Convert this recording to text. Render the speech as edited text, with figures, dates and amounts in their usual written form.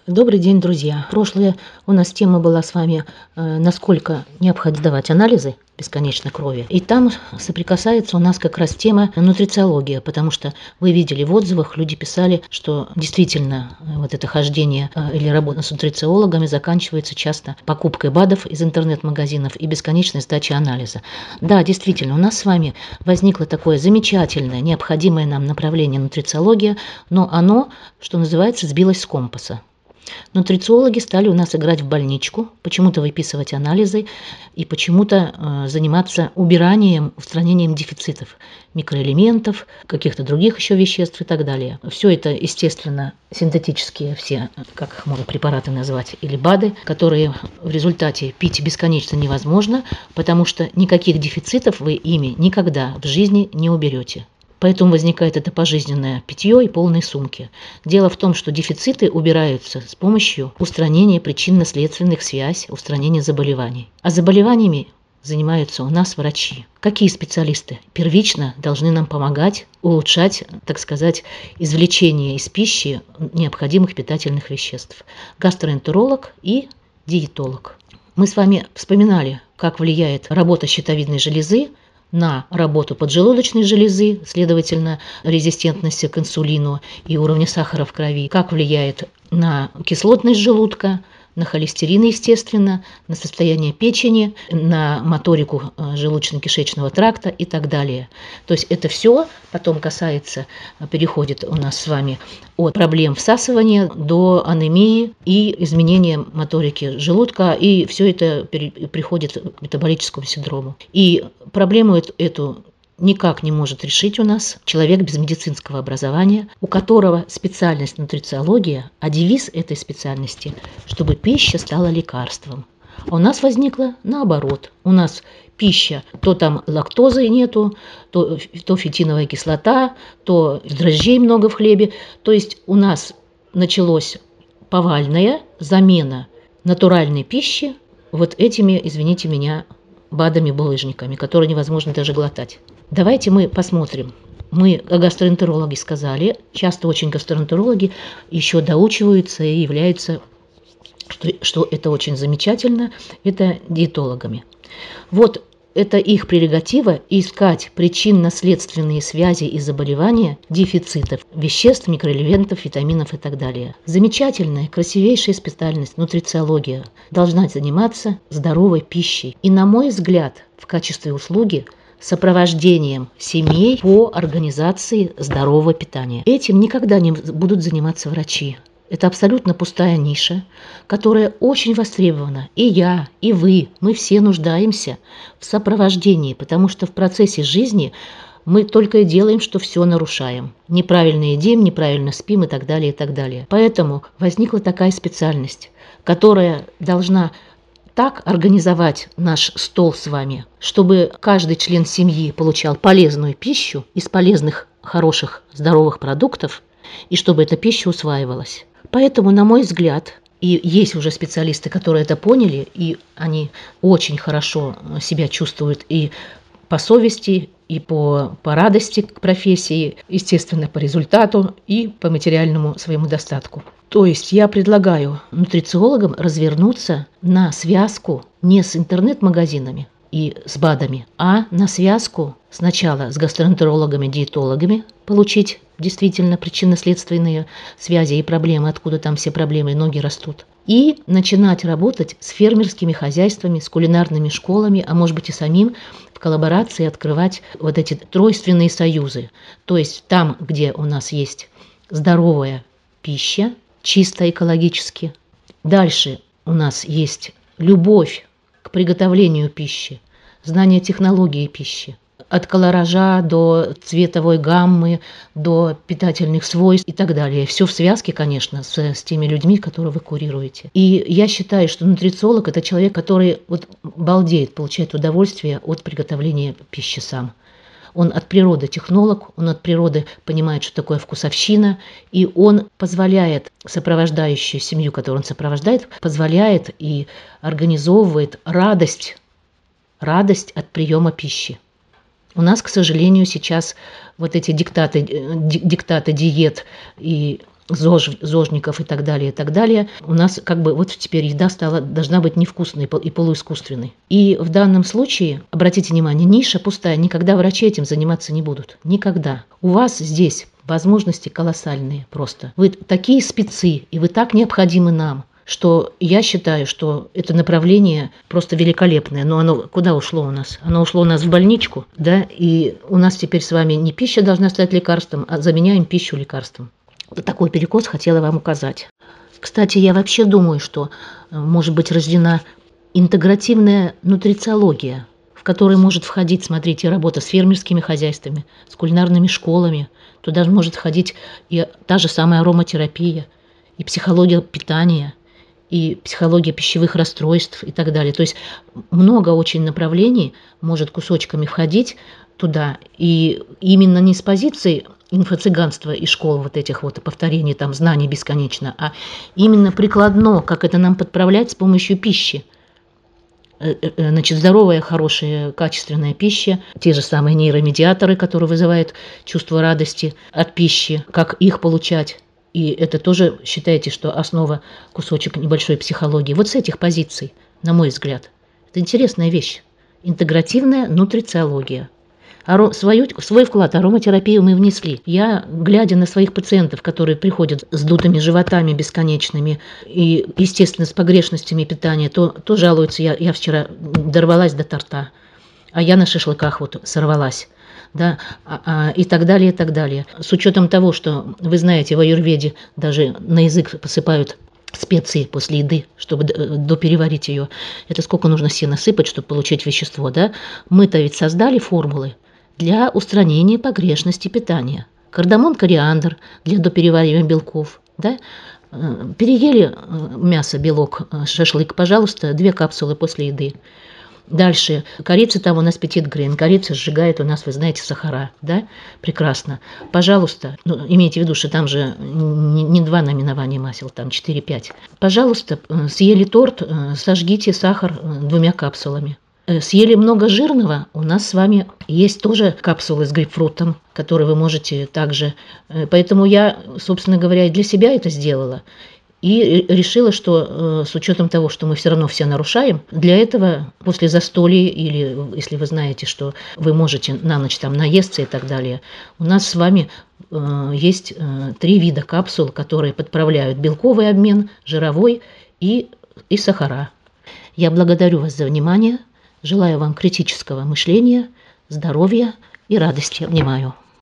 Добрый день, друзья. Прошлая у нас тема была с вами, насколько необходимо сдавать анализы бесконечно крови. И там соприкасается у нас как раз тема нутрициология, потому что вы видели в отзывах, люди писали, что действительно вот это хождение или работа с нутрициологами заканчивается часто покупкой БАДов из интернет-магазинов и бесконечной сдачей анализа. Да, действительно, у нас с вами возникло такое замечательное, необходимое нам направление нутрициология, но оно, что называется, сбилось с компаса. Нутрициологи стали у нас играть в больничку, почему-то выписывать анализы и почему-то заниматься убиранием, устранением дефицитов микроэлементов, каких-то других еще веществ и так далее. Все это, естественно, синтетические все, как их можно препараты назвать, или БАДы, которые в результате пить бесконечно невозможно, потому что никаких дефицитов вы ими никогда в жизни не уберете. Поэтому возникает это пожизненное питье и полные сумки. Дело в том, что дефициты убираются с помощью устранения причинно-следственных связей, устранения заболеваний. А заболеваниями занимаются у нас врачи. Какие специалисты? Первично должны нам помогать улучшать, так сказать, извлечение из пищи необходимых питательных веществ. Гастроэнтеролог и диетолог. Мы с вами вспоминали, как влияет работа щитовидной железы на работу поджелудочной железы, следовательно, резистентности к инсулину и уровня сахара в крови, как влияет на кислотность желудка, на холестерин, естественно, на состояние печени, на моторику желудочно-кишечного тракта и так далее. То есть это все потом переходит у нас с вами от проблем всасывания до анемии и изменения моторики желудка, и все это приходит к метаболическому синдрому. И проблему эту никак не может решить у нас человек без медицинского образования, у которого специальность нутрициология, а девиз этой специальности, чтобы пища стала лекарством. А у нас возникло наоборот. У нас пища, то там лактозы нету, то фитиновая кислота, то дрожжей много в хлебе. То есть у нас началась повальная замена натуральной пищи вот этими, извините меня, БАДами-булыжниками, которые невозможно даже глотать. Давайте мы посмотрим. Мы, гастроэнтерологи, сказали, часто очень гастроэнтерологи еще доучиваются и являются, что это очень замечательно, это диетологами. Вот это их прерогатива искать причинно-следственные связи и заболевания, дефицитов веществ, микроэлементов, витаминов и так далее. Замечательная, красивейшая специальность нутрициология должна заниматься здоровой пищей. И, на мой взгляд, в качестве услуги сопровождением семей по организации здорового питания. Этим никогда не будут заниматься врачи. Это абсолютно пустая ниша, которая очень востребована. И я, и вы, мы все нуждаемся в сопровождении, потому что в процессе жизни мы только и делаем, что все нарушаем. Неправильно едим, неправильно спим и так далее, и так далее. Поэтому возникла такая специальность, которая должна так организовать наш стол с вами, чтобы каждый член семьи получал полезную пищу из полезных, хороших, здоровых продуктов, и чтобы эта пища усваивалась. Поэтому, на мой взгляд, и есть уже специалисты, которые это поняли, и они очень хорошо себя чувствуют и по совести, и по радости к профессии, естественно, по результату и по материальному своему достатку. То есть я предлагаю нутрициологам развернуться на связку не с интернет-магазинами и с БАДами, а на связку сначала с гастроэнтерологами, диетологами, получить действительно причинно-следственные связи и проблемы, откуда там все проблемы и ноги растут. И начинать работать с фермерскими хозяйствами, с кулинарными школами, а может быть и самим в коллаборации открывать вот эти тройственные союзы. То есть там, где у нас есть здоровая пища, чисто экологически. Дальше у нас есть любовь к приготовлению пищи, знание технологии пищи. От колоража до цветовой гаммы, до питательных свойств и так далее. Все в связке, конечно, с теми людьми, которые вы курируете. И я считаю, что нутрициолог – это человек, который балдеет, получает удовольствие от приготовления пищи сам. Он от природы технолог, он от природы понимает, что такое вкусовщина, и он позволяет сопровождающую семью, которую он сопровождает, позволяет и организовывает радость от приема пищи. У нас, к сожалению, сейчас вот эти диктаты диет и зожников и так далее, и так далее. У нас как бы вот теперь еда должна быть невкусной и полуискусственной. И в данном случае, обратите внимание, ниша пустая, никогда врачи этим заниматься не будут. Никогда. У вас здесь возможности колоссальные просто. Вы такие спецы, и вы так необходимы нам, что я считаю, что это направление просто великолепное. Но оно куда ушло у нас? Оно ушло у нас в больничку, да, и у нас теперь с вами не пища должна стать лекарством, а заменяем пищу лекарством. Такой перекос хотела вам указать. Кстати, я вообще думаю, что может быть рождена интегративная нутрициология, в которой может входить, смотрите, работа с фермерскими хозяйствами, с кулинарными школами. Туда может входить и та же самая ароматерапия, и психология питания, и психология пищевых расстройств и так далее. То есть много очень направлений может кусочками входить туда. И именно не с позиции инфо-цыганства и школ вот этих вот повторений, там, знаний бесконечно, а именно прикладно, как это нам подправлять с помощью пищи. Значит, здоровая, хорошая, качественная пища, те же самые нейромедиаторы, которые вызывают чувство радости от пищи, как их получать. И это тоже считаете, что основа, кусочек небольшой психологии. Вот с этих позиций, на мой взгляд. Это интересная вещь. Интегративная нутрициология. Свой вклад ароматерапию мы внесли. Я, глядя на своих пациентов, которые приходят с дутыми животами бесконечными и, естественно, с погрешностями питания, то жалуются, я вчера дорвалась до торта, а я на шашлыках вот сорвалась. Да, и так далее, и так далее. С учетом того, что, вы знаете, в аюрведе даже на язык посыпают специи после еды, чтобы допереварить ее. Это сколько нужно сена сыпать, чтобы получить вещество, да? Мы-то ведь создали формулы для устранения погрешности питания. Кардамон, кориандр для допереваривания белков, да? Переели мясо, белок, шашлык, пожалуйста, 2 капсулы после еды. Дальше. Корица там у нас петитгрейн. Корица сжигает у нас, вы знаете, сахара. Да? Прекрасно. Пожалуйста, имейте в виду, что там же не 2 наименования масел, там 4-5. Пожалуйста, съели торт, сожгите сахар 2 капсулами. Съели много жирного, у нас с вами есть тоже капсулы с грейпфрутом, которые вы можете также. Поэтому я, собственно говоря, и для себя это сделала. И решила, что с учетом того, что мы все равно все нарушаем, для этого после застолья или если вы знаете, что вы можете на ночь там наесться и так далее, у нас с вами есть 3 вида капсул, которые подправляют белковый обмен, жировой и сахара. Я благодарю вас за внимание, желаю вам критического мышления, здоровья и радости. Обнимаю.